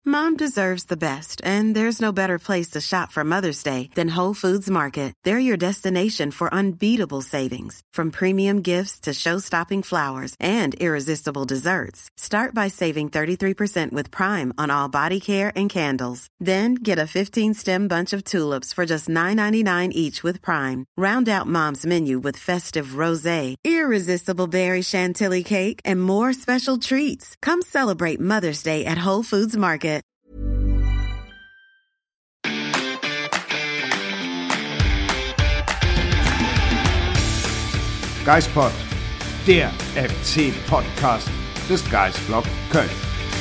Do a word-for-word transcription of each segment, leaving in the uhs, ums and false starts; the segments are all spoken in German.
Mom deserves the best, and there's no better place to shop for Mother's Day than Whole Foods Market. They're your destination for unbeatable savings, from premium gifts to show-stopping flowers and irresistible desserts. Start by saving thirty-three percent with Prime on all body care and candles. Then get a fifteen-stem bunch of tulips for just nine ninety-nine each with Prime. Round out Mom's menu with festive rosé, irresistible berry chantilly cake, and more special treats. Come celebrate Mother's Day at Whole Foods Market. Geispod, der F C-Podcast des Geistblog Köln.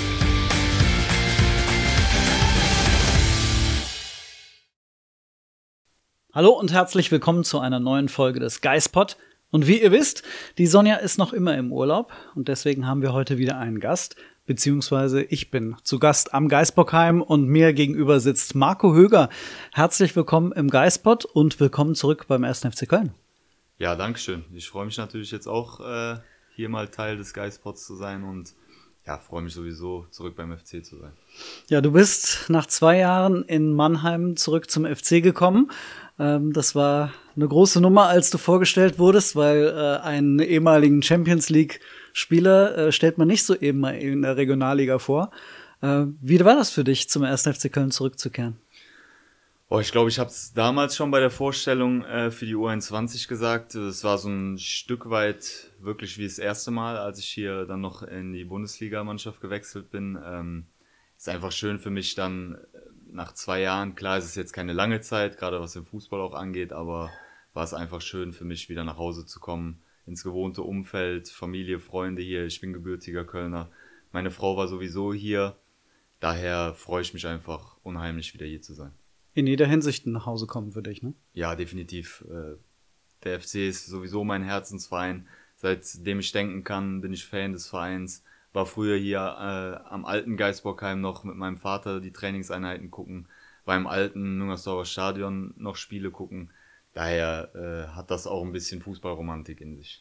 Hallo und herzlich willkommen zu einer neuen Folge des Geispod. Und wie ihr wisst, die Sonja ist noch immer im Urlaub und deswegen haben wir heute wieder einen Gast, beziehungsweise ich bin zu Gast am Geisbockheim und mir gegenüber sitzt Marco Höger. Herzlich willkommen im Geispod und willkommen zurück beim ersten F C Köln. Ja, danke schön. Ich freue mich natürlich jetzt auch, äh, hier mal Teil des Geispods zu sein und ja, freue mich sowieso, zurück beim F C zu sein. Ja, du bist nach zwei Jahren in Mannheim zurück zum F C gekommen. Ähm, das war eine große Nummer, als du vorgestellt wurdest, weil äh, einen ehemaligen Champions-League-Spieler äh, stellt man nicht so eben mal in der Regionalliga vor. Äh, wie war das für dich, zum ersten F C Köln zurückzukehren? Oh, ich glaube, ich habe es damals schon bei der Vorstellung äh, für die U einundzwanzig gesagt. Es war so ein Stück weit wirklich wie das erste Mal, als ich hier dann noch in die Bundesliga-Mannschaft gewechselt bin. Ähm, ist einfach schön für mich dann nach zwei Jahren, klar, es ist jetzt keine lange Zeit, gerade was den Fußball auch angeht, aber war es einfach schön für mich, wieder nach Hause zu kommen, ins gewohnte Umfeld, Familie, Freunde hier. Ich bin gebürtiger Kölner. Meine Frau war sowieso hier. Daher freue ich mich einfach unheimlich, wieder hier zu sein. In jeder Hinsicht nach Hause kommen für dich, ne? Ja, definitiv. Der F C ist sowieso mein Herzensverein. Seitdem ich denken kann, bin ich Fan des Vereins. War früher hier äh, am alten Geisbockheim noch mit meinem Vater die Trainingseinheiten gucken. War im alten Müngersdorfer Stadion noch Spiele gucken. Daher äh, hat das auch ein bisschen Fußballromantik in sich.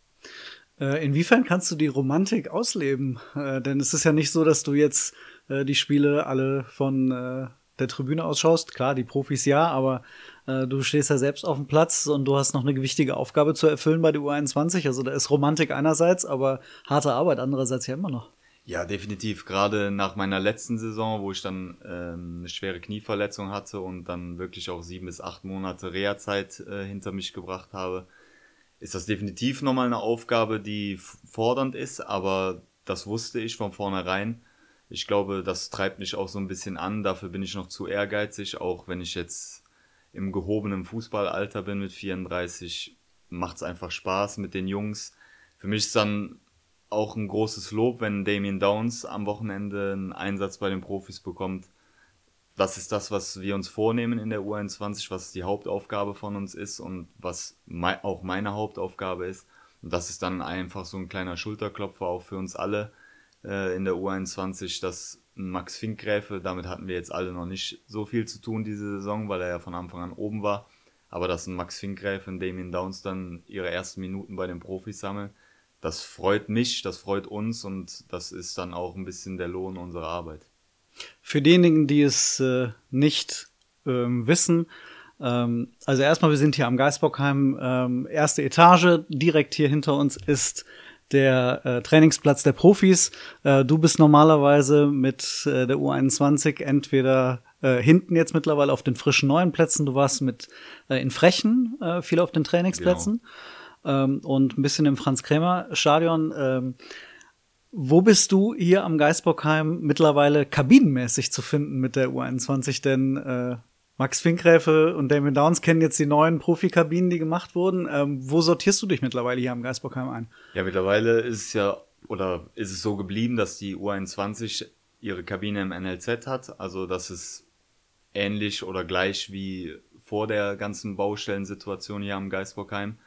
Äh, inwiefern kannst du die Romantik ausleben? Äh, denn es ist ja nicht so, dass du jetzt äh, die Spiele alle von äh, der Tribüne ausschaust. Klar, die Profis ja, aber äh, du stehst ja selbst auf dem Platz und du hast noch eine gewichtige Aufgabe zu erfüllen bei der U einundzwanzig. Also da ist Romantik einerseits, aber harte Arbeit andererseits ja immer noch. Ja, definitiv. Gerade nach meiner letzten Saison, wo ich dann ähm, eine schwere Knieverletzung hatte und dann wirklich auch sieben bis acht Monate Reha-Zeit äh, hinter mich gebracht habe, ist das definitiv nochmal eine Aufgabe, die f- fordernd ist, aber das wusste ich von vornherein. Ich glaube, das treibt mich auch so ein bisschen an. Dafür bin ich noch zu ehrgeizig. Auch wenn ich jetzt im gehobenen Fußballalter bin mit vierunddreißig, macht es einfach Spaß mit den Jungs. Für mich ist dann auch ein großes Lob, wenn Damien Downs am Wochenende einen Einsatz bei den Profis bekommt. Das ist das, was wir uns vornehmen in der U einundzwanzig, was die Hauptaufgabe von uns ist und was mei- auch meine Hauptaufgabe ist. Und das ist dann einfach so ein kleiner Schulterklopfer auch für uns alle in der U einundzwanzig, dass Max Finkgräfe, damit hatten wir jetzt alle noch nicht so viel zu tun diese Saison, weil er ja von Anfang an oben war, aber dass ein Max Finkgräfe und Damien Downs dann ihre ersten Minuten bei den Profis sammeln, das freut mich, das freut uns und das ist dann auch ein bisschen der Lohn unserer Arbeit. Für diejenigen, die es äh, nicht ähm, wissen, ähm, also erstmal, wir sind hier am Geisbockheim, ähm, erste Etage, direkt hier hinter uns ist der äh, Trainingsplatz der Profis. Äh, du bist normalerweise mit äh, der U einundzwanzig entweder äh, hinten jetzt mittlerweile auf den frischen neuen Plätzen. Du warst mit äh, in Frechen äh, viel auf den Trainingsplätzen genau. ähm, und ein bisschen im Franz-Krämer-Stadion. Ähm, wo bist du hier am Geisbockheim mittlerweile kabinenmäßig zu finden mit der U einundzwanzig? Denn äh, Max Finkgräfe und Damien Downs kennen jetzt die neuen Profikabinen, die gemacht wurden. Ähm, wo sortierst du dich mittlerweile hier am Geisbockheim ein? Ja, mittlerweile ist es ja, oder ist es so geblieben, dass die U einundzwanzig ihre Kabine im N L Z hat. Also das ist ähnlich oder gleich wie vor der ganzen Baustellensituation hier am Geisbockheim.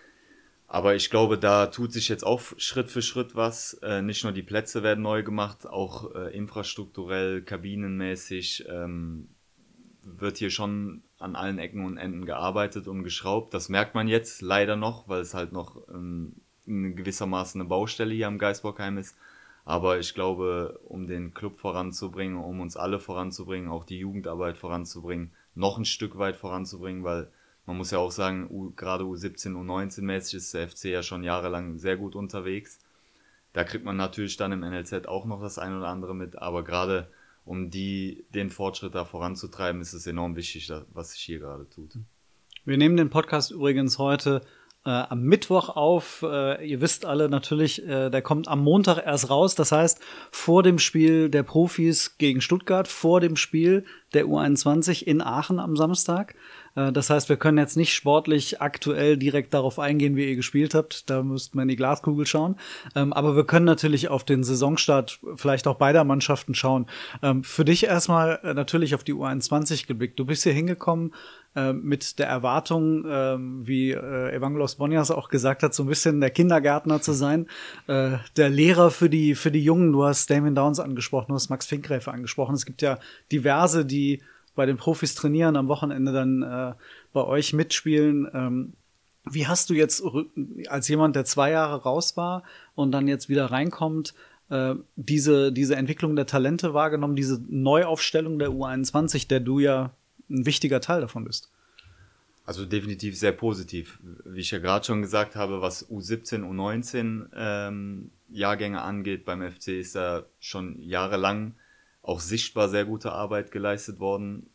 Aber ich glaube, da tut sich jetzt auch Schritt für Schritt was. Äh, nicht nur die Plätze werden neu gemacht, auch äh, infrastrukturell, kabinenmäßig, ähm, wird hier schon an allen Ecken und Enden gearbeitet und geschraubt. Das merkt man jetzt leider noch, weil es halt noch ähm, in gewissermaßen eine Baustelle hier am Geisbockheim ist. Aber ich glaube, um den Club voranzubringen, um uns alle voranzubringen, auch die Jugendarbeit voranzubringen, noch ein Stück weit voranzubringen, weil man muss ja auch sagen, U, gerade U siebzehn, U neunzehn mäßig ist der F C ja schon jahrelang sehr gut unterwegs. Da kriegt man natürlich dann im N L Z auch noch das ein oder andere mit, aber gerade um die, den Fortschritt da voranzutreiben, ist es enorm wichtig, was sich hier gerade tut. Wir nehmen den Podcast übrigens heute äh, am Mittwoch auf. Äh, ihr wisst alle natürlich, äh, der kommt am Montag erst raus. Das heißt, vor dem Spiel der Profis gegen Stuttgart, vor dem Spiel der U einundzwanzig in Aachen am Samstag. Äh, das heißt, wir können jetzt nicht sportlich aktuell direkt darauf eingehen, wie ihr gespielt habt. Da müssten wir in die Glaskugel schauen. Ähm, aber wir können natürlich auf den Saisonstart vielleicht auch beider Mannschaften schauen. Ähm, für dich erstmal äh, natürlich auf die U einundzwanzig geblickt. Du bist hier hingekommen äh, mit der Erwartung, äh, wie äh, Evangelos Bonias auch gesagt hat, so ein bisschen der Kindergärtner zu sein, äh, der Lehrer für die für die Jungen. Du hast Damien Downs angesprochen, du hast Max Finkgräfe angesprochen. Es gibt ja diverse, die bei den Profis trainieren, am Wochenende dann äh, bei euch mitspielen. Ähm, wie hast du jetzt als jemand, der zwei Jahre raus war und dann jetzt wieder reinkommt, äh, diese diese Entwicklung der Talente wahrgenommen, diese Neuaufstellung der U einundzwanzig, der du ja ein wichtiger Teil davon bist? Also definitiv sehr positiv. Wie ich ja gerade schon gesagt habe, was U siebzehn, U neunzehn ähm, Jahrgänge angeht, beim F C ist da schon jahrelang auch sichtbar sehr gute Arbeit geleistet worden.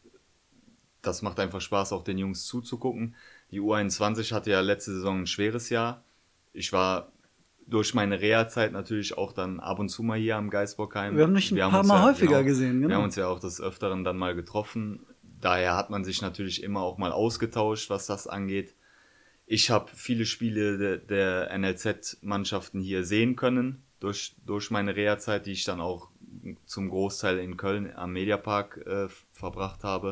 Das macht einfach Spaß, auch den Jungs zuzugucken. Die U einundzwanzig hatte ja letzte Saison ein schweres Jahr. Ich war durch meine Reha-Zeit natürlich auch dann ab und zu mal hier am Geisbockheim. Wir haben dich ein wir paar Mal ja, häufiger genau, gesehen. Genau. Wir haben uns ja auch des Öfteren dann mal getroffen. Daher hat man sich natürlich immer auch mal ausgetauscht, was das angeht. Ich habe viele Spiele de, der N L Z-Mannschaften hier sehen können, durch, durch meine Reha-Zeit, die ich dann auch zum Großteil in Köln am Mediapark äh, verbracht habe.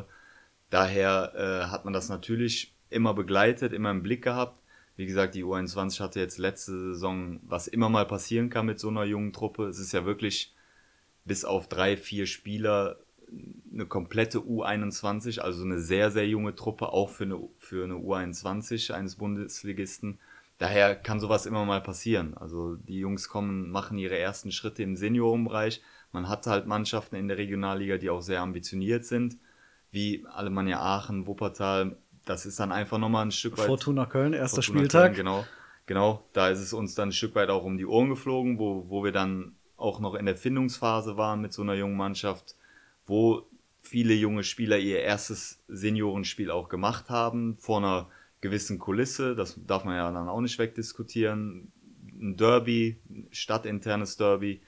Daher äh, hat man das natürlich immer begleitet, immer im Blick gehabt. Wie gesagt, die U einundzwanzig hatte jetzt letzte Saison, was immer mal passieren kann mit so einer jungen Truppe. Es ist ja wirklich bis auf drei, vier Spieler eine komplette U einundzwanzig, also eine sehr, sehr junge Truppe, auch für eine, für eine U einundzwanzig eines Bundesligisten. Daher kann sowas immer mal passieren. Also die Jungs kommen, machen ihre ersten Schritte im Seniorenbereich. Man hat halt Mannschaften in der Regionalliga, die auch sehr ambitioniert sind, wie Alemannia Aachen, Wuppertal. Das ist dann einfach nochmal ein Stück weit... Fortuna Köln, erster Fortuna Spieltag. Köln, genau, genau, da ist es uns dann ein Stück weit auch um die Ohren geflogen, wo, wo wir dann auch noch in der Findungsphase waren mit so einer jungen Mannschaft, wo viele junge Spieler ihr erstes Seniorenspiel auch gemacht haben, vor einer gewissen Kulisse, das darf man ja dann auch nicht wegdiskutieren. Ein Derby, stadtinternes Derby,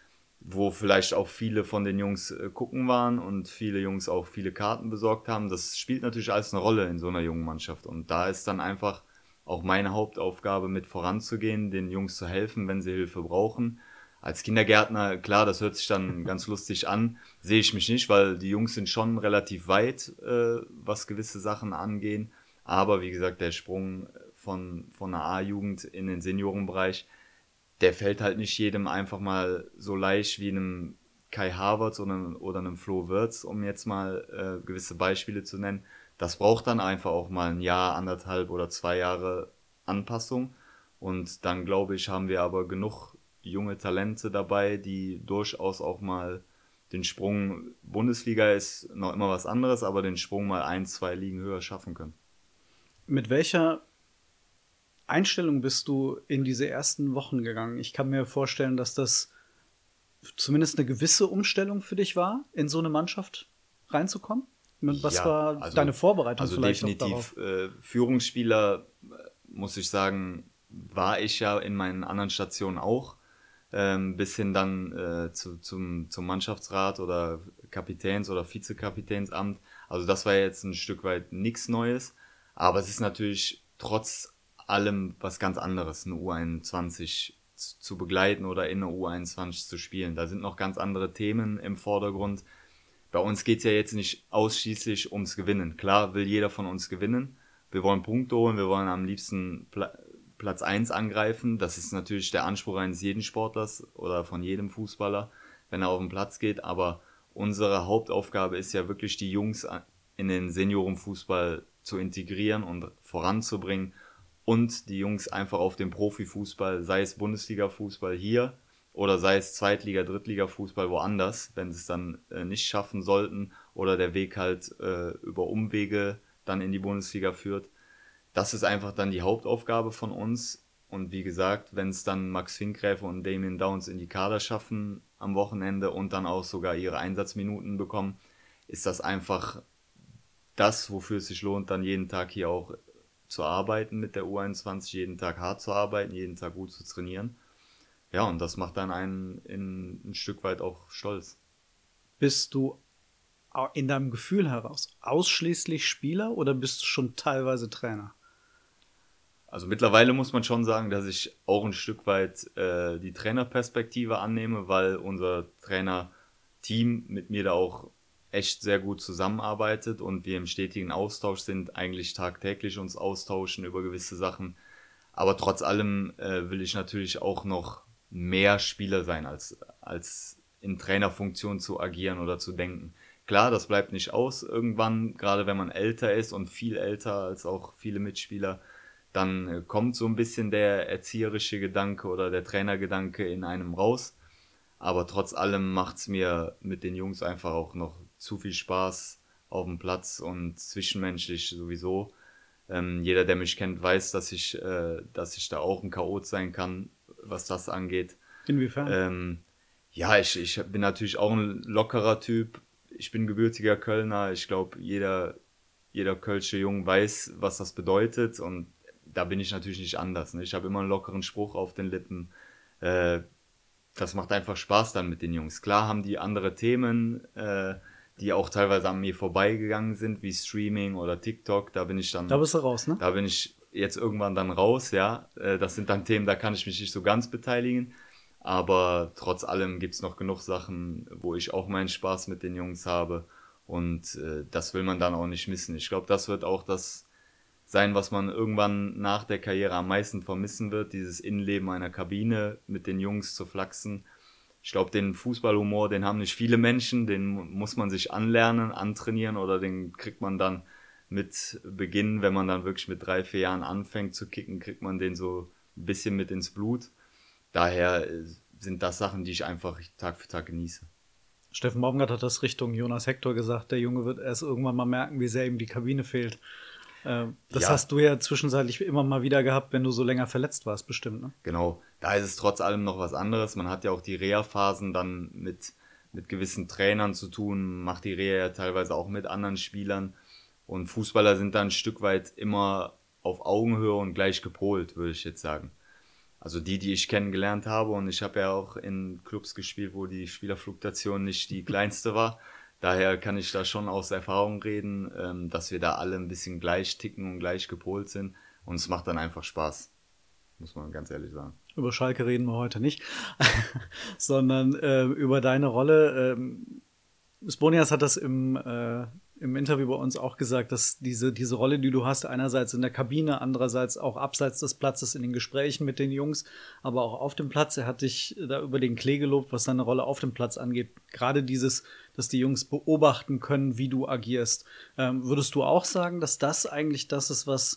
wo vielleicht auch viele von den Jungs äh, gucken waren und viele Jungs auch viele Karten besorgt haben. Das spielt natürlich alles eine Rolle in so einer jungen Mannschaft. Und da ist dann einfach auch meine Hauptaufgabe, mit voranzugehen, den Jungs zu helfen, wenn sie Hilfe brauchen. Als Kindergärtner, klar, das hört sich dann ganz lustig an, sehe ich mich nicht, weil die Jungs sind schon relativ weit, äh, was gewisse Sachen angehen. Aber wie gesagt, der Sprung von, von einer A-Jugend in den Seniorenbereich, der fällt halt nicht jedem einfach mal so leicht wie einem Kai Havertz oder, oder einem Flo Wirtz, um jetzt mal äh, gewisse Beispiele zu nennen. Das braucht dann einfach auch mal ein Jahr, anderthalb oder zwei Jahre Anpassung. Und dann, glaube ich, haben wir aber genug junge Talente dabei, die durchaus auch mal den Sprung, Bundesliga ist noch immer was anderes, aber den Sprung mal ein, zwei Ligen höher schaffen können. Mit welcher Einstellung bist du in diese ersten Wochen gegangen? Ich kann mir vorstellen, dass das zumindest eine gewisse Umstellung für dich war, in so eine Mannschaft reinzukommen. Was ja, war also, deine Vorbereitung also vielleicht definitiv, auch darauf? Äh, Führungsspieler, muss ich sagen, war ich ja in meinen anderen Stationen auch. Ähm, bis hin dann äh, zu, zum, zum Mannschaftsrat oder Kapitäns- oder Vizekapitänsamt. Also das war jetzt ein Stück weit nichts Neues. Aber es ist natürlich trotz allem was ganz anderes, eine U einundzwanzig zu begleiten oder in einer U einundzwanzig zu spielen. Da sind noch ganz andere Themen im Vordergrund. Bei uns geht es ja jetzt nicht ausschließlich ums Gewinnen. Klar will jeder von uns gewinnen. Wir wollen Punkte holen, wir wollen am liebsten Pla- Platz eins angreifen. Das ist natürlich der Anspruch eines jeden Sportlers oder von jedem Fußballer, wenn er auf den Platz geht. Aber unsere Hauptaufgabe ist ja wirklich, die Jungs in den Seniorenfußball zu integrieren und voranzubringen und die Jungs einfach auf den Profifußball, sei es Bundesliga-Fußball hier oder sei es Zweitliga-, Drittliga-Fußball woanders, wenn sie es dann äh, nicht schaffen sollten oder der Weg halt äh, über Umwege dann in die Bundesliga führt. Das ist einfach dann die Hauptaufgabe von uns. Und wie gesagt, wenn es dann Max Finkgräfe und Damien Downs in die Kader schaffen am Wochenende und dann auch sogar ihre Einsatzminuten bekommen, ist das einfach das, wofür es sich lohnt, dann jeden Tag hier auch zu arbeiten mit der U einundzwanzig, jeden Tag hart zu arbeiten, jeden Tag gut zu trainieren. Ja, und das macht dann einen in, ein Stück weit auch stolz. Bist du in deinem Gefühl heraus ausschließlich Spieler oder bist du schon teilweise Trainer? Also mittlerweile muss man schon sagen, dass ich auch ein Stück weit äh, die Trainerperspektive annehme, weil unser Trainerteam mit mir da auch echt sehr gut zusammenarbeitet und wir im stetigen Austausch sind, eigentlich tagtäglich uns austauschen über gewisse Sachen. Aber trotz allem äh, will ich natürlich auch noch mehr Spieler sein, als, als in Trainerfunktion zu agieren oder zu denken. Klar, das bleibt nicht aus irgendwann, gerade wenn man älter ist und viel älter als auch viele Mitspieler, dann äh, kommt so ein bisschen der erzieherische Gedanke oder der Trainergedanke in einem raus. Aber trotz allem macht's mir mit den Jungs einfach auch noch zu viel Spaß auf dem Platz und zwischenmenschlich sowieso. Ähm, jeder, der mich kennt, weiß, dass ich, äh, dass ich da auch ein Chaot sein kann, was das angeht. Inwiefern? Ähm, ja, ich, ich bin natürlich auch ein lockerer Typ. Ich bin gebürtiger Kölner. Ich glaube, jeder, jeder Kölsche Jung weiß, was das bedeutet. Und da bin ich natürlich nicht anders. Ne? Ich habe immer einen lockeren Spruch auf den Lippen. Äh, das macht einfach Spaß dann mit den Jungs. Klar haben die andere Themen, äh, die auch teilweise an mir vorbeigegangen sind, wie Streaming oder TikTok. Da bin ich dann... Da bist du raus, ne? Da bin ich jetzt irgendwann dann raus, ja. Äh, das sind dann Themen, da kann ich mich nicht so ganz beteiligen. Aber trotz allem gibt's noch genug Sachen, wo ich auch meinen Spaß mit den Jungs habe. Und äh, das will man dann auch nicht missen. Ich glaube, das wird auch das sein, was man irgendwann nach der Karriere am meisten vermissen wird. Dieses Innenleben einer Kabine mit den Jungs zu flachsen. Ich glaube, den Fußballhumor, den haben nicht viele Menschen. Den muss man sich anlernen, antrainieren oder den kriegt man dann mit Beginn, wenn man dann wirklich mit drei, vier Jahren anfängt zu kicken, kriegt man den so ein bisschen mit ins Blut. Daher sind das Sachen, die ich einfach Tag für Tag genieße. Steffen Baumgart hat das Richtung Jonas Hector gesagt, der Junge wird erst irgendwann mal merken, wie sehr ihm die Kabine fehlt. Das ja. Hast du ja zwischenzeitlich immer mal wieder gehabt, wenn du so länger verletzt warst, bestimmt, ne? Genau, da ist es trotz allem noch was anderes. Man hat ja auch die Reha-Phasen dann mit, mit gewissen Trainern zu tun, macht die Reha ja teilweise auch mit anderen Spielern. Und Fußballer sind dann ein Stück weit immer auf Augenhöhe und gleich gepolt, würde ich jetzt sagen. Also die, die ich kennengelernt habe, und ich habe ja auch in Clubs gespielt, wo die Spielerfluktuation nicht die kleinste war. Daher kann ich da schon aus Erfahrung reden, dass wir da alle ein bisschen gleich ticken und gleich gepolt sind. Und es macht dann einfach Spaß, muss man ganz ehrlich sagen. Über Schalke reden wir heute nicht, sondern äh, über deine Rolle. Ähm, Sbonias hat das im, äh, im Interview bei uns auch gesagt, dass diese, diese Rolle, die du hast, einerseits in der Kabine, andererseits auch abseits des Platzes in den Gesprächen mit den Jungs, aber auch auf dem Platz. Er hat dich da über den Klee gelobt, was deine Rolle auf dem Platz angeht. Gerade dieses, dass die Jungs beobachten können, wie du agierst. Ähm, würdest du auch sagen, dass das eigentlich das ist, was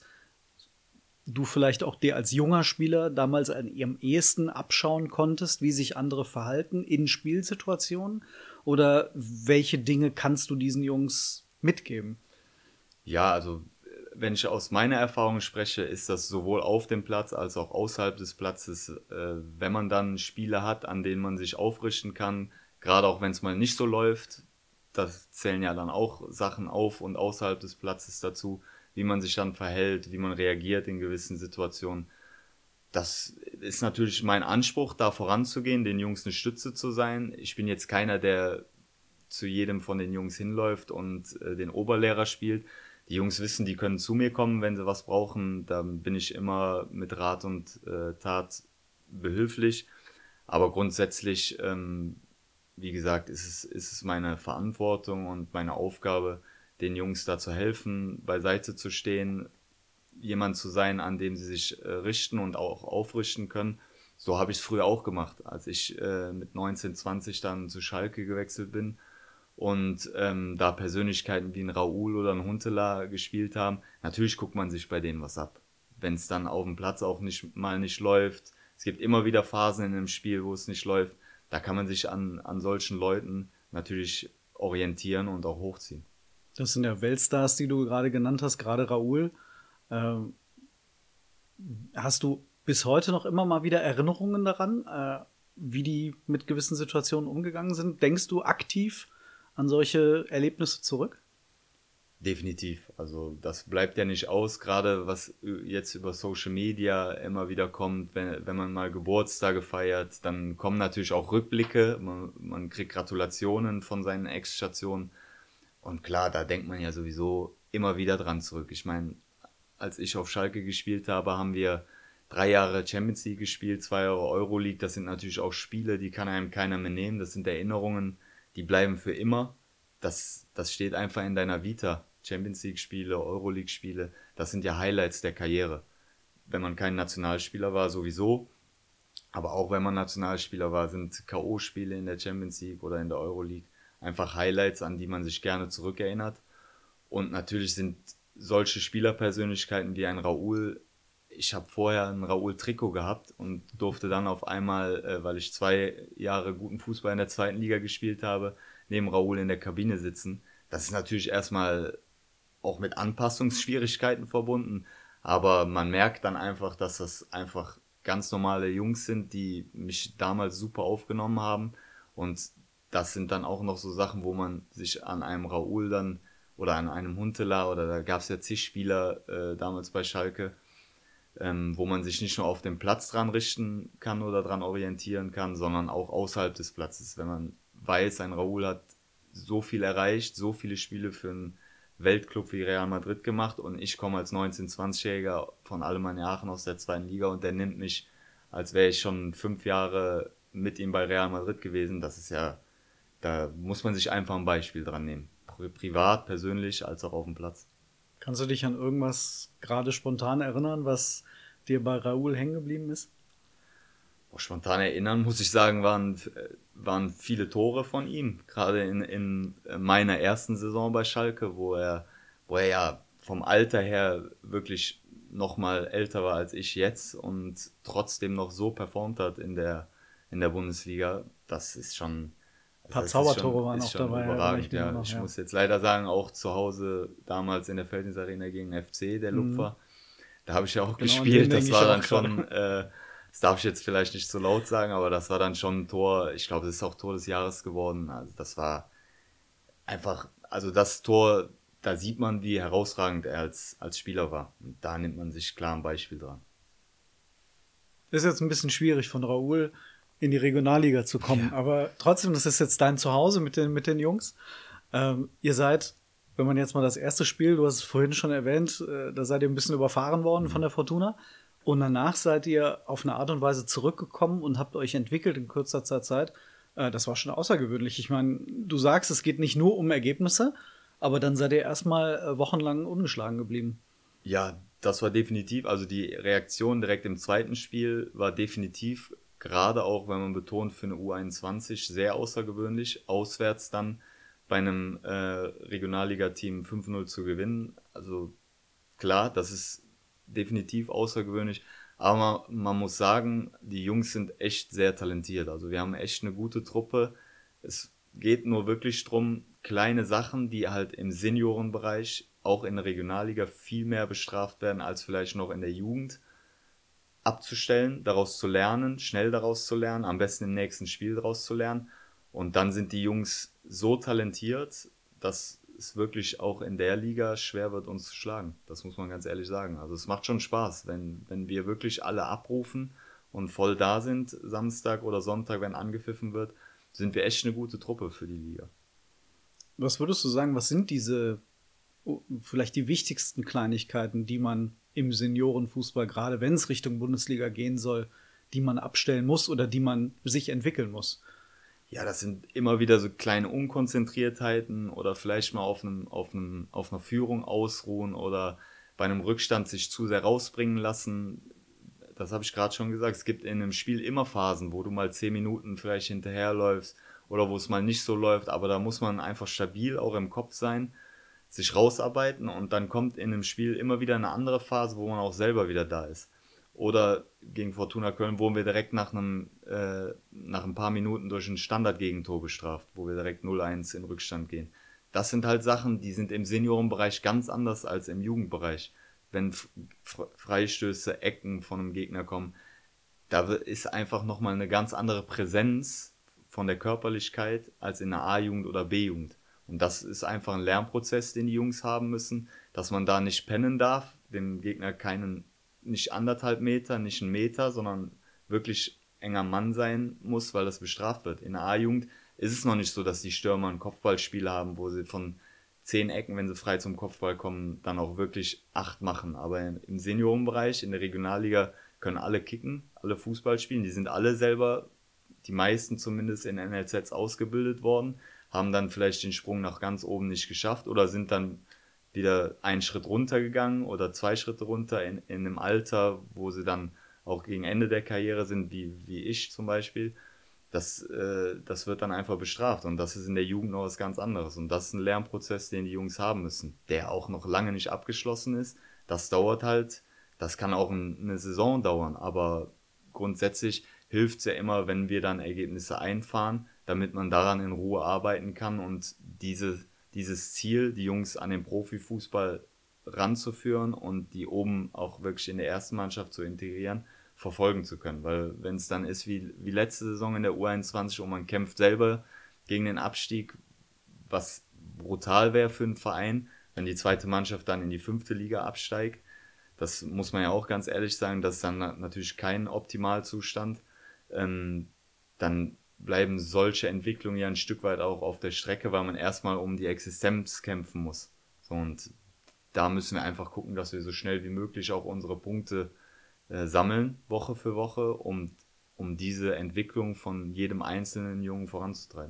du vielleicht auch dir als junger Spieler damals an ihrem ehesten abschauen konntest, wie sich andere verhalten in Spielsituationen? Oder welche Dinge kannst du diesen Jungs mitgeben? Ja, also wenn ich aus meiner Erfahrung spreche, ist das sowohl auf dem Platz als auch außerhalb des Platzes, äh, wenn man dann Spiele hat, an denen man sich aufrichten kann, gerade auch wenn es mal nicht so läuft, da zählen ja dann auch Sachen auf und außerhalb des Platzes dazu, wie man sich dann verhält, wie man reagiert in gewissen Situationen. Das ist natürlich mein Anspruch, da voranzugehen, den Jungs eine Stütze zu sein. Ich bin jetzt keiner, der zu jedem von den Jungs hinläuft und äh, den Oberlehrer spielt. Die Jungs wissen, die können zu mir kommen, wenn sie was brauchen. Da bin ich immer mit Rat und äh, Tat behilflich. Aber grundsätzlich, ähm, wie gesagt, ist es, ist es meine Verantwortung und meine Aufgabe, den Jungs da zu helfen, beiseite zu stehen, jemand zu sein, an dem sie sich äh, richten und auch aufrichten können. So habe ich es früher auch gemacht, als ich äh, mit neunzehn, zwanzig dann zu Schalke gewechselt bin und ähm, da Persönlichkeiten wie ein Raoul oder ein Huntelaar gespielt haben. Natürlich guckt man sich bei denen was ab. Wenn es dann auf dem Platz auch nicht mal nicht läuft, Es gibt immer wieder Phasen in einem Spiel, wo es nicht läuft. Da kann man sich an, an solchen Leuten natürlich orientieren und auch hochziehen. Das sind ja Weltstars, die du gerade genannt hast, gerade Raúl. Ähm, hast du bis heute noch immer mal wieder Erinnerungen daran, äh, wie die mit gewissen Situationen umgegangen sind? Denkst du aktiv an solche Erlebnisse zurück? Definitiv. Also das bleibt ja nicht aus, gerade was jetzt über Social Media immer wieder kommt, wenn, wenn man mal Geburtstage feiert, dann kommen natürlich auch Rückblicke, man, man kriegt Gratulationen von seinen Ex-Stationen und klar, da denkt man ja sowieso immer wieder dran zurück. Ich meine, als ich auf Schalke gespielt habe, haben wir drei Jahre Champions League gespielt, zwei Jahre Euroleague, das sind natürlich auch Spiele, die kann einem keiner mehr nehmen, das sind Erinnerungen, die bleiben für immer. Das, das steht einfach in deiner Vita. Champions League-Spiele, Euroleague-Spiele, das sind ja Highlights der Karriere. Wenn man kein Nationalspieler war, sowieso. Aber auch wenn man Nationalspieler war, sind K O-Spiele in der Champions League oder in der Euroleague einfach Highlights, an die man sich gerne zurückerinnert. Und natürlich sind solche Spielerpersönlichkeiten wie ein Raúl, ich habe vorher ein Raúl-Trikot gehabt und durfte dann auf einmal, äh, weil ich zwei Jahre guten Fußball in der zweiten Liga gespielt habe, neben Raúl in der Kabine sitzen. Das ist natürlich erstmal auch mit Anpassungsschwierigkeiten verbunden, aber man merkt dann einfach, dass das einfach ganz normale Jungs sind, die mich damals super aufgenommen haben und das sind dann auch noch so Sachen, wo man sich an einem Raúl dann oder an einem Huntelaar oder da gab es ja zig Spieler äh, damals bei Schalke, ähm, wo man sich nicht nur auf den Platz dran richten kann oder dran orientieren kann, sondern auch außerhalb des Platzes, wenn man weiß, ein Raúl hat so viel erreicht, so viele Spiele für einen Weltclub wie Real Madrid gemacht und ich komme als neunzehn-, zwanzigjähriger von Alemannia Aachen aus der zweiten Liga und der nimmt mich, als wäre ich schon fünf Jahre mit ihm bei Real Madrid gewesen. Das ist ja, da muss man sich einfach ein Beispiel dran nehmen. Pri- Privat, persönlich, als auch auf dem Platz. Kannst du dich an irgendwas gerade spontan erinnern, was dir bei Raúl hängen geblieben ist? Boah, spontan erinnern, muss ich sagen, waren, waren viele Tore von ihm. Gerade in, in meiner ersten Saison bei Schalke, wo er, wo er ja vom Alter her wirklich noch mal älter war als ich jetzt und trotzdem noch so performt hat in der, in der Bundesliga. Das ist schon... Ein paar das ist Zaubertore schon, waren ist auch schon dabei. überragend, Ich, ja. noch, ich ja. muss jetzt leider sagen, auch zu Hause damals in der Felddienst-Arena gegen F C, der Lupfer, mhm. da habe ich ja auch Genau, gespielt. Das war dann auch schon, äh, das darf ich jetzt vielleicht nicht so laut sagen, aber das war dann schon ein Tor, ich glaube, das ist auch Tor des Jahres geworden. Also das war einfach, also das Tor, da sieht man, wie herausragend er als, als Spieler war. Und da nimmt man sich klar ein Beispiel dran. Ist jetzt ein bisschen schwierig von Raúl in die Regionalliga zu kommen. Ja. Aber trotzdem, das ist jetzt dein Zuhause mit den, mit den Jungs. Ähm, ihr seid, wenn man jetzt mal das erste Spiel, du hast es vorhin schon erwähnt, äh, da seid ihr ein bisschen überfahren worden mhm. von der Fortuna. Und danach seid ihr auf eine Art und Weise zurückgekommen und habt euch entwickelt in kürzester Zeit. Äh, das war schon außergewöhnlich. Ich meine, du sagst, es geht nicht nur um Ergebnisse, aber dann seid ihr erstmal äh, wochenlang ungeschlagen geblieben. Ja, das war definitiv, also die Reaktion direkt im zweiten Spiel war definitiv, gerade auch, wenn man betont, für eine U einundzwanzig sehr außergewöhnlich, auswärts dann bei einem äh, Regionalliga-Team fünf null zu gewinnen. Also klar, das ist definitiv außergewöhnlich, aber man, man muss sagen, die Jungs sind echt sehr talentiert. Also wir haben echt eine gute Truppe. Es geht nur wirklich drum, kleine Sachen, die halt im Seniorenbereich, auch in der Regionalliga, viel mehr bestraft werden als vielleicht noch in der Jugend, abzustellen, daraus zu lernen, schnell daraus zu lernen, am besten im nächsten Spiel daraus zu lernen. Und dann sind die Jungs so talentiert, dass es wirklich auch in der Liga schwer wird, uns zu schlagen. Das muss man ganz ehrlich sagen. Also es macht schon Spaß, wenn, wenn wir wirklich alle abrufen und voll da sind, Samstag oder Sonntag, wenn angepfiffen wird, sind wir echt eine gute Truppe für die Liga. Was würdest du sagen, was sind diese vielleicht die wichtigsten Kleinigkeiten, die man im Seniorenfußball, gerade wenn es Richtung Bundesliga gehen soll, die man abstellen muss oder die man sich entwickeln muss? Ja, das sind immer wieder so kleine Unkonzentriertheiten oder vielleicht mal auf, einem, auf, einem, auf einer Führung ausruhen oder bei einem Rückstand sich zu sehr rausbringen lassen. Das habe ich gerade schon gesagt. Es gibt in einem Spiel immer Phasen, wo du mal zehn Minuten vielleicht hinterherläufst oder wo es mal nicht so läuft, aber da muss man einfach stabil auch im Kopf sein, sich rausarbeiten und dann kommt in einem Spiel immer wieder eine andere Phase, wo man auch selber wieder da ist. Oder gegen Fortuna Köln wurden wir direkt nach einem äh, nach ein paar Minuten durch ein Standardgegentor bestraft, wo wir direkt null eins in Rückstand gehen. Das sind halt Sachen, die sind im Seniorenbereich ganz anders als im Jugendbereich. Wenn Freistöße, Ecken von einem Gegner kommen, da ist einfach nochmal eine ganz andere Präsenz von der Körperlichkeit als in der A-Jugend oder B-Jugend. Und das ist einfach ein Lernprozess, den die Jungs haben müssen, dass man da nicht pennen darf, dem Gegner keinen, nicht anderthalb Meter, nicht einen Meter, sondern wirklich enger Mann sein muss, weil das bestraft wird. In der A-Jugend ist es noch nicht so, dass die Stürmer ein Kopfballspiel haben, wo sie von zehn Ecken, wenn sie frei zum Kopfball kommen, dann auch wirklich acht machen. Aber im Seniorenbereich, in der Regionalliga, können alle kicken, alle Fußball spielen. Die sind alle selber, die meisten zumindest, in N L Zs ausgebildet worden, haben dann vielleicht den Sprung nach ganz oben nicht geschafft oder sind dann wieder einen Schritt runtergegangen oder zwei Schritte runter in, in einem Alter, wo sie dann auch gegen Ende der Karriere sind, wie, wie ich zum Beispiel. Das, äh, das wird dann einfach bestraft und das ist in der Jugend noch was ganz anderes und das ist ein Lernprozess, den die Jungs haben müssen, der auch noch lange nicht abgeschlossen ist. Das dauert halt, das kann auch ein, eine Saison dauern, aber grundsätzlich hilft es ja immer, wenn wir dann Ergebnisse einfahren, damit man daran in Ruhe arbeiten kann und diese, dieses Ziel, die Jungs an den Profifußball ranzuführen und die oben auch wirklich in der ersten Mannschaft zu integrieren, verfolgen zu können. Weil wenn es dann ist wie, wie letzte Saison in der U einundzwanzig und man kämpft selber gegen den Abstieg, was brutal wäre für einen Verein, wenn die zweite Mannschaft dann in die fünfte Liga absteigt. Das muss man ja auch ganz ehrlich sagen, das ist dann natürlich kein Optimalzustand. Ähm, dann bleiben solche Entwicklungen ja ein Stück weit auch auf der Strecke, weil man erstmal um die Existenz kämpfen muss. So, und da müssen wir einfach gucken, dass wir so schnell wie möglich auch unsere Punkte äh, sammeln, Woche für Woche, um, um diese Entwicklung von jedem einzelnen Jungen voranzutreiben.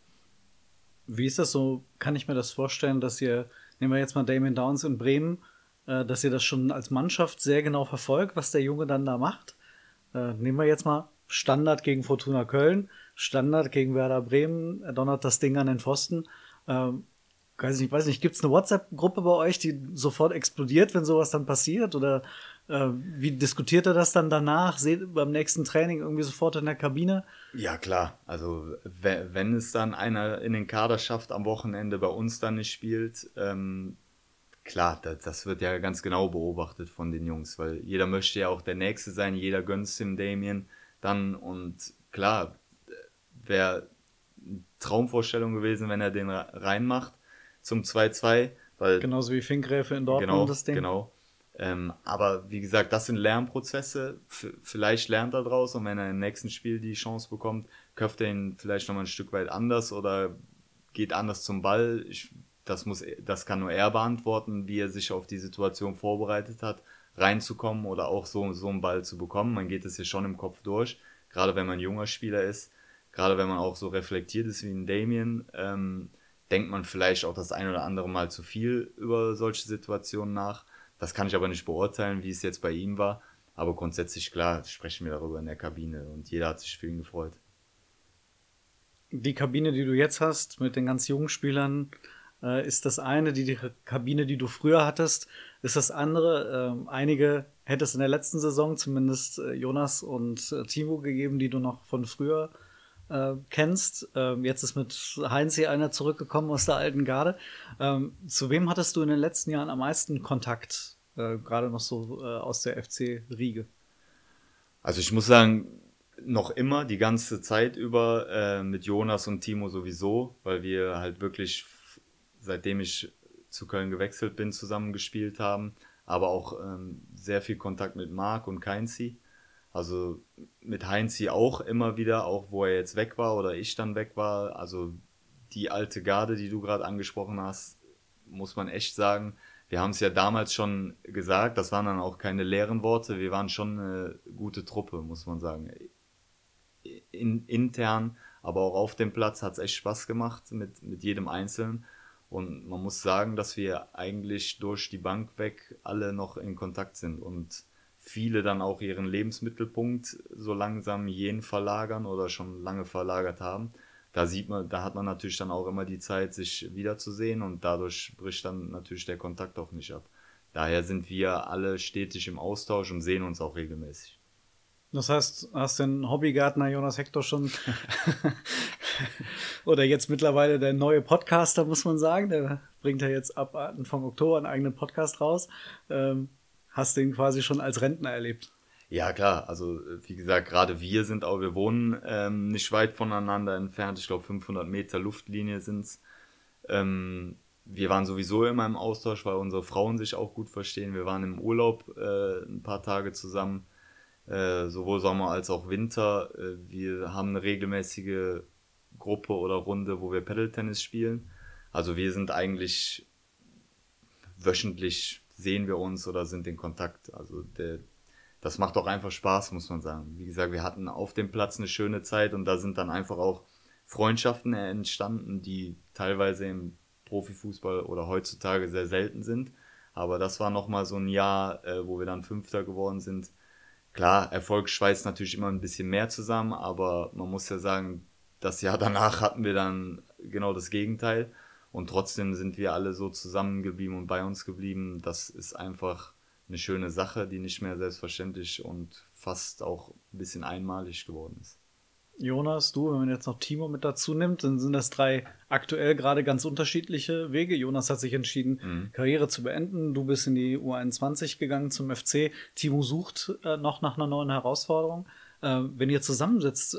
Wie ist das so? Kann ich mir das vorstellen, dass ihr, nehmen wir jetzt mal Damien Downs in Bremen, äh, dass ihr das schon als Mannschaft sehr genau verfolgt, was der Junge dann da macht? Äh, nehmen wir jetzt mal Standard gegen Fortuna Köln, Standard gegen Werder Bremen, er donnert das Ding an den Pfosten. Ähm, weiß nicht, weiß nicht, gibt es eine WhatsApp-Gruppe bei euch, die sofort explodiert, wenn sowas dann passiert? Oder äh, wie diskutiert er das dann danach? Seht beim nächsten Training irgendwie sofort in der Kabine? Ja, klar. Also wenn es dann einer in den Kader schafft, am Wochenende bei uns dann nicht spielt, ähm, klar, das wird ja ganz genau beobachtet von den Jungs, weil jeder möchte ja auch der Nächste sein, jeder gönnt dem Damien dann und klar, wäre eine Traumvorstellung gewesen, wenn er den reinmacht zum zwei zwei. Weil, genauso wie Finkgräfe in Dortmund, genau, das Ding. Genau, ähm, aber wie gesagt, das sind Lernprozesse, F- vielleicht lernt er draus und wenn er im nächsten Spiel die Chance bekommt, köpft er ihn vielleicht nochmal ein Stück weit anders oder geht anders zum Ball. Ich, das, muss, das kann nur er beantworten, wie er sich auf die Situation vorbereitet hat, reinzukommen oder auch so, so einen Ball zu bekommen. Man geht es hier schon im Kopf durch, gerade wenn man ein junger Spieler ist, gerade wenn man auch so reflektiert ist wie ein Damien, ähm, denkt man vielleicht auch das ein oder andere Mal zu viel über solche Situationen nach. Das kann ich aber nicht beurteilen, wie es jetzt bei ihm war. Aber grundsätzlich, klar, sprechen wir darüber in der Kabine und jeder hat sich für ihn gefreut. Die Kabine, die du jetzt hast mit den ganz jungen Spielern, äh, ist das eine. Die, die Kabine, die du früher hattest, ist das andere. Ähm, einige hätte es in der letzten Saison zumindest äh, Jonas und äh, Timo gegeben, die du noch von früher äh, kennst. Ähm, jetzt ist mit Heinz hier einer zurückgekommen aus der alten Garde. Ähm, zu wem hattest du in den letzten Jahren am meisten Kontakt? Äh, gerade noch so äh, aus der F C-Riege. Also ich muss sagen, noch immer die ganze Zeit über äh, mit Jonas und Timo sowieso, weil wir halt wirklich, seitdem ich zu Köln gewechselt bin, zusammen gespielt haben, aber auch ähm, sehr viel Kontakt mit Marc und Heinzi. Also mit Heinzi auch immer wieder, auch wo er jetzt weg war oder ich dann weg war. Also die alte Garde, die du gerade angesprochen hast, muss man echt sagen. Wir haben es ja damals schon gesagt, das waren dann auch keine leeren Worte, wir waren schon eine gute Truppe, muss man sagen. In, intern, aber auch auf dem Platz hat es echt Spaß gemacht mit, mit jedem Einzelnen. Und man muss sagen, dass wir eigentlich durch die Bank weg alle noch in Kontakt sind und viele dann auch ihren Lebensmittelpunkt so langsam jeden verlagern oder schon lange verlagert haben. Da sieht man, da hat man natürlich dann auch immer die Zeit, sich wiederzusehen und dadurch bricht dann natürlich der Kontakt auch nicht ab. daher sind wir alle stetig im Austausch und sehen uns auch regelmäßig. Das heißt, hast den Hobbygärtner Jonas Hector schon oder jetzt mittlerweile der neue Podcaster, muss man sagen, der bringt ja jetzt ab Anfang Oktober einen eigenen Podcast raus. Ähm, hast den quasi schon als Rentner erlebt? Ja, klar. Also, wie gesagt, gerade wir sind auch, wir wohnen ähm, nicht weit voneinander entfernt. Ich glaube, fünfhundert Meter Luftlinie sind's. Ähm, wir waren sowieso immer im Austausch, weil unsere Frauen sich auch gut verstehen. Wir waren im Urlaub äh, ein paar Tage zusammen, äh, sowohl Sommer als auch Winter. Äh, wir haben eine regelmäßige Gruppe oder Runde, wo wir Paddle-Tennis spielen. Also wir sind eigentlich wöchentlich, sehen wir uns oder sind in Kontakt. Also der Das macht auch einfach Spaß, muss man sagen. Wie gesagt, wir hatten auf dem Platz eine schöne Zeit und da sind dann einfach auch Freundschaften entstanden, die teilweise im Profifußball oder heutzutage sehr selten sind. Aber das war nochmal so ein Jahr, äh, wo wir dann Fünfter geworden sind. Klar, Erfolg schweißt natürlich immer ein bisschen mehr zusammen, aber man muss ja sagen, das Jahr danach hatten wir dann genau das Gegenteil. Und trotzdem sind wir alle so zusammengeblieben und bei uns geblieben. Das ist einfach eine schöne Sache, die nicht mehr selbstverständlich und fast auch ein bisschen einmalig geworden ist. Jonas, du, wenn man jetzt noch Timo mit dazu nimmt, dann sind das drei aktuell gerade ganz unterschiedliche Wege. Jonas hat sich entschieden, mhm. Karriere zu beenden. Du bist in die U einundzwanzig gegangen zum F C. Timo sucht äh, noch nach einer neuen Herausforderung. Äh, wenn ihr zusammensitzt,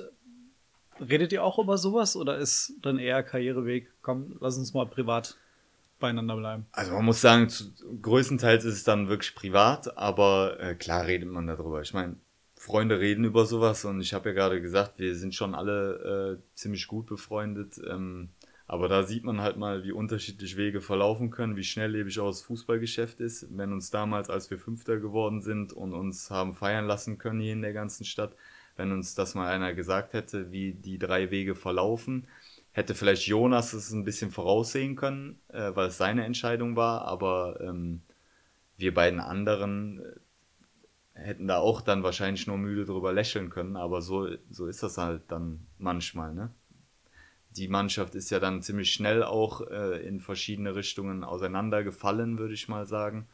redet ihr auch über sowas oder ist dann eher Karriereweg? Komm, lass uns mal privat beieinander bleiben. Also man muss sagen, zu, größtenteils ist es dann wirklich privat, aber äh, klar redet man darüber. Ich meine, Freunde reden über sowas und ich habe ja gerade gesagt, wir sind schon alle äh, ziemlich gut befreundet, ähm, aber da sieht man halt mal, wie unterschiedlich Wege verlaufen können, wie schnelllebig auch das Fußballgeschäft ist. Wenn uns damals, als wir Fünfter geworden sind und uns haben feiern lassen können hier in der ganzen Stadt, wenn uns das mal einer gesagt hätte, wie die drei Wege verlaufen, hätte vielleicht Jonas es ein bisschen voraussehen können, äh, weil es seine Entscheidung war, aber ähm, wir beiden anderen äh, hätten da auch dann wahrscheinlich nur müde drüber lächeln können, aber so, so ist das halt dann manchmal, ne? Die Mannschaft ist ja dann ziemlich schnell auch äh, in verschiedene Richtungen auseinandergefallen, würde ich mal sagen.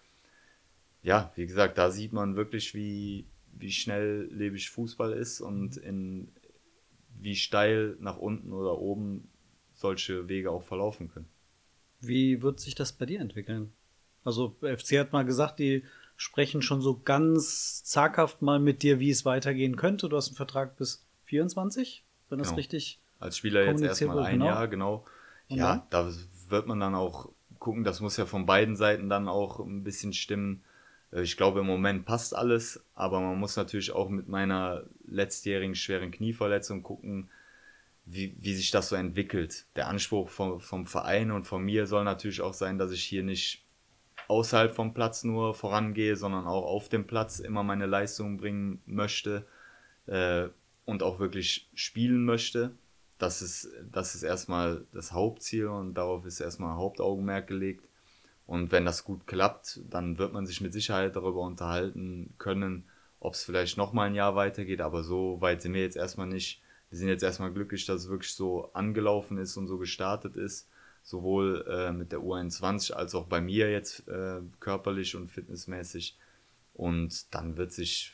Ja, wie gesagt, da sieht man wirklich, wie, wie schnelllebig Fußball ist und in wie steil nach unten oder oben solche Wege auch verlaufen können. Wie wird sich das bei dir entwickeln? Also F C hat mal gesagt, die sprechen schon so ganz zaghaft mal mit dir, wie es weitergehen könnte. Du hast einen Vertrag bis vierundzwanzig, wenn das genau. richtig als Spieler jetzt erstmal ein genau. Jahr, genau. Und ja, dann? Da wird man dann auch gucken, das muss ja von beiden Seiten dann auch ein bisschen stimmen. Ich glaube, im Moment passt alles, aber man muss natürlich auch mit meiner letztjährigen schweren Knieverletzung gucken, wie, wie sich das so entwickelt. Der Anspruch vom, vom Verein und von mir soll natürlich auch sein, dass ich hier nicht außerhalb vom Platz nur vorangehe, sondern auch auf dem Platz immer meine Leistungen bringen möchte äh, und auch wirklich spielen möchte. Das ist, das ist erstmal das Hauptziel und darauf ist erstmal Hauptaugenmerk gelegt. Und wenn das gut klappt, dann wird man sich mit Sicherheit darüber unterhalten können, ob es vielleicht nochmal ein Jahr weitergeht. Aber so weit sind wir jetzt erstmal nicht. Wir sind jetzt erstmal glücklich, dass es wirklich so angelaufen ist und so gestartet ist. Sowohl äh, mit der U einundzwanzig als auch bei mir jetzt äh, körperlich und fitnessmäßig. Und dann wird sich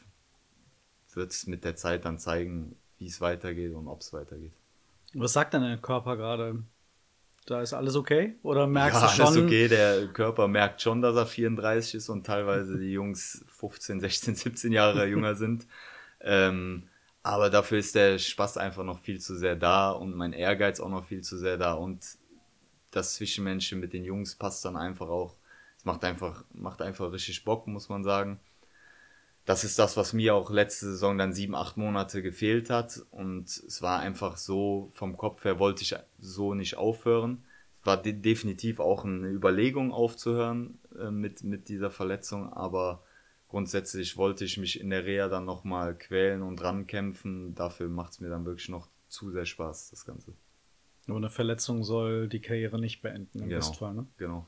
wird's mit der Zeit dann zeigen, wie es weitergeht und ob es weitergeht. Was sagt denn dein Körper gerade? Da ist alles okay? Oder merkst ja, du schon? Alles okay. Der Körper merkt schon, dass er vierunddreißig ist und teilweise die Jungs fünfzehn, sechzehn, siebzehn Jahre jünger sind. Ähm, aber dafür ist der Spaß einfach noch viel zu sehr da und mein Ehrgeiz auch noch viel zu sehr da. Und das Zwischenmenschliche mit den Jungs passt dann einfach auch. Es macht einfach, macht einfach richtig Bock, muss man sagen. Das ist das, was mir auch letzte Saison dann sieben, acht Monate gefehlt hat. Und es war einfach so, vom Kopf her wollte ich so nicht aufhören. Es war de- definitiv auch eine Überlegung aufzuhören äh, mit, mit dieser Verletzung. Aber grundsätzlich wollte ich mich in der Reha dann nochmal quälen und rankämpfen. Dafür macht es mir dann wirklich noch zu sehr Spaß, das Ganze. Nur eine Verletzung soll die Karriere nicht beenden im genau, Bestfall, ne? Genau.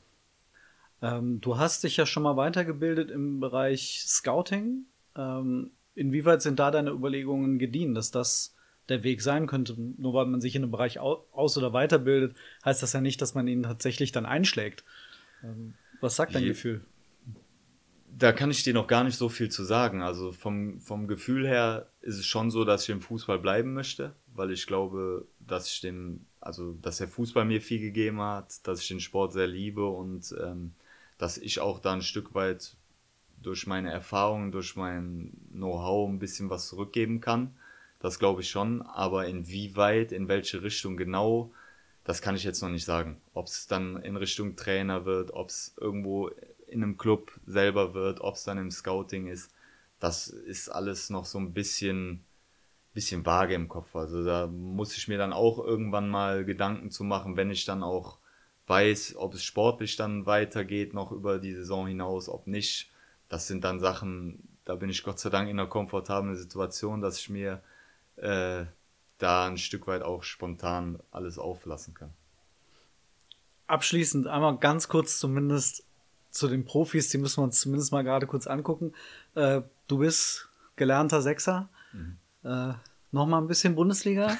Ähm, du hast dich ja schon mal weitergebildet im Bereich Scouting. Ähm, inwieweit sind da deine Überlegungen gediehen, dass das der Weg sein könnte? Nur weil man sich in einem Bereich aus- oder weiterbildet, heißt das ja nicht, dass man ihn tatsächlich dann einschlägt. Ähm, was sagt dein Je- Gefühl? Da kann ich dir noch gar nicht so viel zu sagen. Also vom, vom Gefühl her ist es schon so, dass ich im Fußball bleiben möchte, weil ich glaube, dass ich den, also dass der Fußball mir viel gegeben hat, dass ich den Sport sehr liebe und ähm, dass ich auch da ein Stück weit durch meine Erfahrungen, durch mein Know-how ein bisschen was zurückgeben kann. Das glaube ich schon, aber inwieweit, in welche Richtung genau, das kann ich jetzt noch nicht sagen. Ob es dann in Richtung Trainer wird, ob es irgendwo in einem Club selber wird, ob es dann im Scouting ist, das ist alles noch so ein bisschen, bisschen vage im Kopf. Also da muss ich mir dann auch irgendwann mal Gedanken zu machen, wenn ich dann auch weiß, ob es sportlich dann weitergeht, noch über die Saison hinaus, ob nicht. Das sind dann Sachen, da bin ich Gott sei Dank in einer komfortablen Situation, dass ich mir äh, da ein Stück weit auch spontan alles auflassen kann. Abschließend einmal ganz kurz zumindest zu den Profis, die müssen wir uns zumindest mal gerade kurz angucken. Äh, du bist gelernter Sechser. Mhm. Äh, noch mal ein bisschen Bundesliga?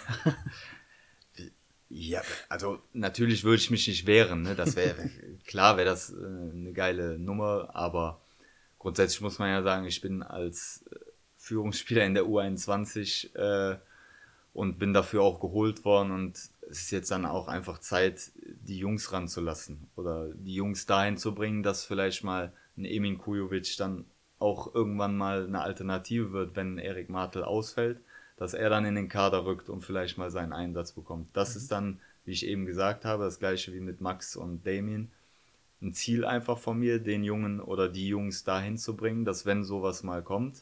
Ja, also natürlich würde ich mich nicht wehren. Ne? Das wäre klar, wäre das äh, eine geile Nummer, aber grundsätzlich muss man ja sagen, ich bin als Führungsspieler in der U einundzwanzig äh, und bin dafür auch geholt worden und es ist jetzt dann auch einfach Zeit, die Jungs ranzulassen oder die Jungs dahin zu bringen, dass vielleicht mal ein Emin Kujovic dann auch irgendwann mal eine Alternative wird, wenn Erik Martel ausfällt, dass er dann in den Kader rückt und vielleicht mal seinen Einsatz bekommt. Das mhm. ist dann, wie ich eben gesagt habe, das gleiche wie mit Max und Damien, ein Ziel einfach von mir, den Jungen oder die Jungs dahin zu bringen, dass wenn sowas mal kommt,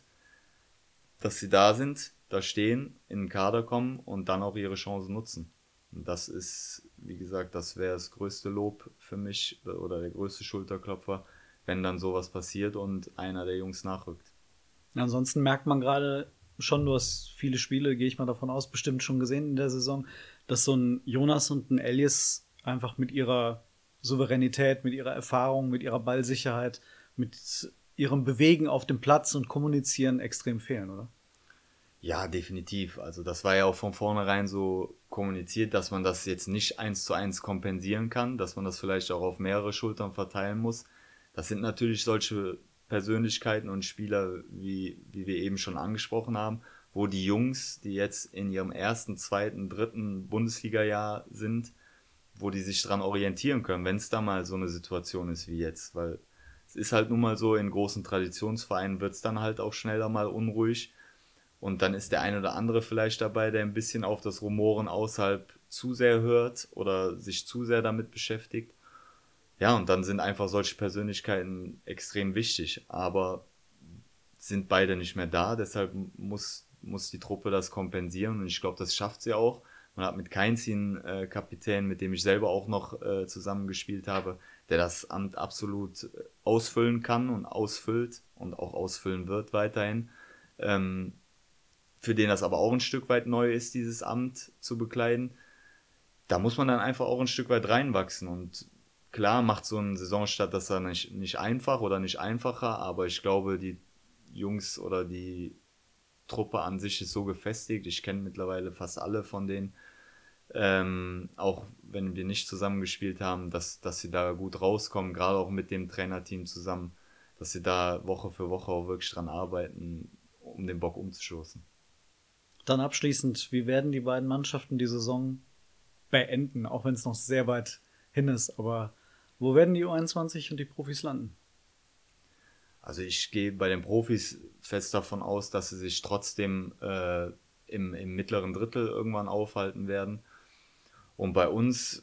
dass sie da sind, da stehen, in den Kader kommen und dann auch ihre Chancen nutzen. Und das ist, wie gesagt, das wäre das größte Lob für mich oder der größte Schulterklopfer, wenn dann sowas passiert und einer der Jungs nachrückt. Ansonsten merkt man gerade schon, du hast viele Spiele, gehe ich mal davon aus, bestimmt schon gesehen in der Saison, dass so ein Jonas und ein Elias einfach mit ihrer Souveränität, mit ihrer Erfahrung, mit ihrer Ballsicherheit, mit ihrem Bewegen auf dem Platz und Kommunizieren extrem fehlen, oder? Ja, definitiv. Also das war ja auch von vornherein so kommuniziert, dass man das jetzt nicht eins zu eins kompensieren kann, dass man das vielleicht auch auf mehrere Schultern verteilen muss. Das sind natürlich solche Persönlichkeiten und Spieler, wie, wie wir eben schon angesprochen haben, wo die Jungs, die jetzt in ihrem ersten, zweiten, dritten Bundesliga-Jahr sind, wo die sich dran orientieren können, wenn es da mal so eine Situation ist wie jetzt. Weil es ist halt nun mal so, in großen Traditionsvereinen wird es dann halt auch schneller mal unruhig. Und dann ist der ein oder andere vielleicht dabei, der ein bisschen auf das Rumoren außerhalb zu sehr hört oder sich zu sehr damit beschäftigt. Ja, und dann sind einfach solche Persönlichkeiten extrem wichtig. Aber sind beide nicht mehr da, deshalb muss, muss die Truppe das kompensieren. Und ich glaube, das schafft sie auch. Man hat mit Kainz einen äh, Kapitän, mit dem ich selber auch noch äh, zusammengespielt habe, der das Amt absolut ausfüllen kann und ausfüllt und auch ausfüllen wird weiterhin. Ähm, für den das aber auch ein Stück weit neu ist, dieses Amt zu bekleiden. Da muss man dann einfach auch ein Stück weit reinwachsen. Und klar macht so ein Saisonstart das dann nicht, nicht einfach oder nicht einfacher, aber ich glaube, die Jungs oder die Truppe an sich ist so gefestigt. Ich kenne mittlerweile fast alle von denen, ähm, auch wenn wir nicht zusammengespielt haben, dass, dass sie da gut rauskommen, gerade auch mit dem Trainerteam zusammen, dass sie da Woche für Woche auch wirklich dran arbeiten, um den Bock umzustoßen. Dann abschließend, wie werden die beiden Mannschaften die Saison beenden, auch wenn es noch sehr weit hin ist, aber wo werden die U einundzwanzig und die Profis landen? Also ich gehe bei den Profis fest davon aus, dass sie sich trotzdem äh, im, im mittleren Drittel irgendwann aufhalten werden. Und bei uns,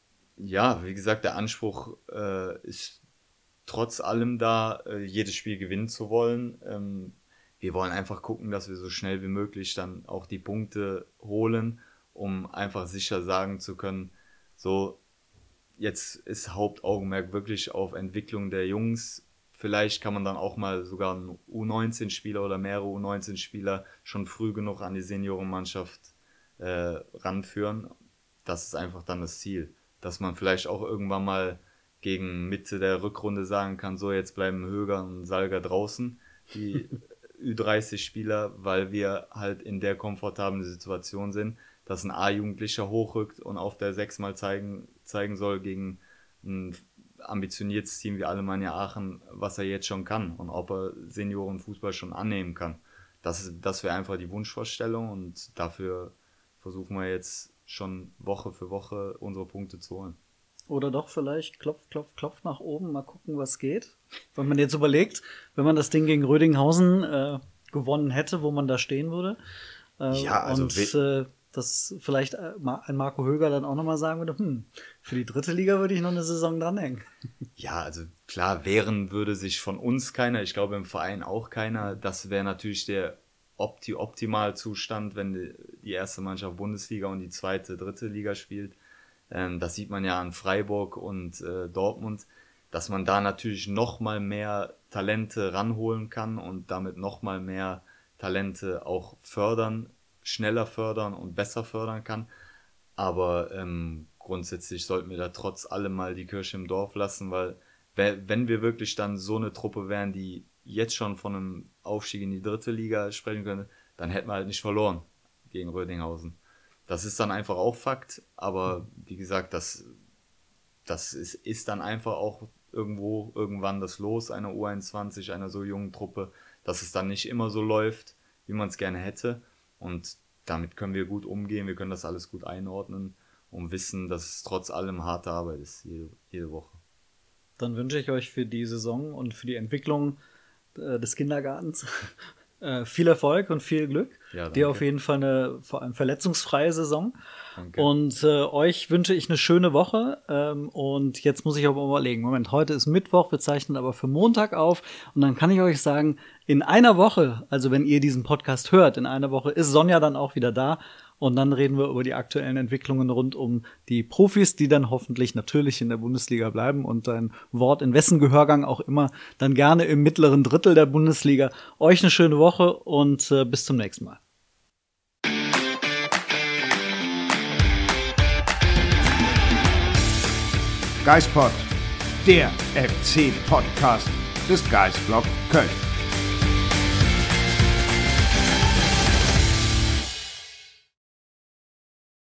ja, wie gesagt, der Anspruch äh, ist trotz allem da, äh, jedes Spiel gewinnen zu wollen. Ähm, wir wollen einfach gucken, dass wir so schnell wie möglich dann auch die Punkte holen, um einfach sicher sagen zu können, so, jetzt ist Hauptaugenmerk wirklich auf Entwicklung der Jungs. Vielleicht kann man dann auch mal sogar einen U neunzehn-Spieler oder mehrere U neunzehn-Spieler schon früh genug an die Seniorenmannschaft äh, ranführen. Das ist einfach dann das Ziel. Dass man vielleicht auch irgendwann mal gegen Mitte der Rückrunde sagen kann, so jetzt bleiben Höger und Salga draußen, die Ü dreißig-Spieler, weil wir halt in der komfortablen Situation sind, dass ein A-Jugendlicher hochrückt und auf der sechs mal zeigen, zeigen soll gegen einen ambitioniertes Team wie Alemannia Aachen, was er jetzt schon kann und ob er Seniorenfußball schon annehmen kann. Das, das wäre einfach die Wunschvorstellung und dafür versuchen wir jetzt schon Woche für Woche unsere Punkte zu holen. Oder doch vielleicht klopf, klopf, klopf nach oben, mal gucken, was geht. Wenn man jetzt überlegt, wenn man das Ding gegen Rödinghausen äh, gewonnen hätte, wo man da stehen würde. Äh, ja, also und äh, dass vielleicht ein Marco Höger dann auch nochmal sagen würde, hm, für die dritte Liga würde ich noch eine Saison dranhängen. Ja, also klar, wehren würde sich von uns keiner, ich glaube im Verein auch keiner. Das wäre natürlich der Opti- Optimalzustand, wenn die, die erste Mannschaft Bundesliga und die zweite, dritte Liga spielt. Ähm, das sieht man ja an Freiburg und äh, Dortmund, dass man da natürlich noch mal mehr Talente ranholen kann und damit noch mal mehr Talente auch fördern, schneller fördern und besser fördern kann. Aber ähm, grundsätzlich sollten wir da trotz allem mal die Kirche im Dorf lassen, weil wenn wir wirklich dann so eine Truppe wären, die jetzt schon von einem Aufstieg in die dritte Liga sprechen könnte, dann hätten wir halt nicht verloren gegen Rödinghausen. Das ist dann einfach auch Fakt, aber wie gesagt, das, das ist, ist dann einfach auch irgendwo irgendwann das Los einer U einundzwanzig, einer so jungen Truppe, dass es dann nicht immer so läuft, wie man es gerne hätte. Und damit können wir gut umgehen, wir können das alles gut einordnen und wissen, dass es trotz allem harte Arbeit ist, jede, jede Woche. Dann wünsche ich euch für die Saison und für die Entwicklung äh, des Kindergartens äh, viel Erfolg und viel Glück. Ja, dir auf jeden Fall eine vor allem verletzungsfreie Saison. Danke. Und äh, euch wünsche ich eine schöne Woche. Ähm, und jetzt muss ich aber überlegen, Moment, heute ist Mittwoch, wir zeichnen aber für Montag auf. Und dann kann ich euch sagen, in einer Woche, also wenn ihr diesen Podcast hört, in einer Woche ist Sonja dann auch wieder da. Und dann reden wir über die aktuellen Entwicklungen rund um die Profis, die dann hoffentlich natürlich in der Bundesliga bleiben und ein Wort in wessen Gehörgang auch immer, dann gerne im mittleren Drittel der Bundesliga. Euch eine schöne Woche und äh, bis zum nächsten Mal. Geispod, der F C-Podcast des Geisblog Köln.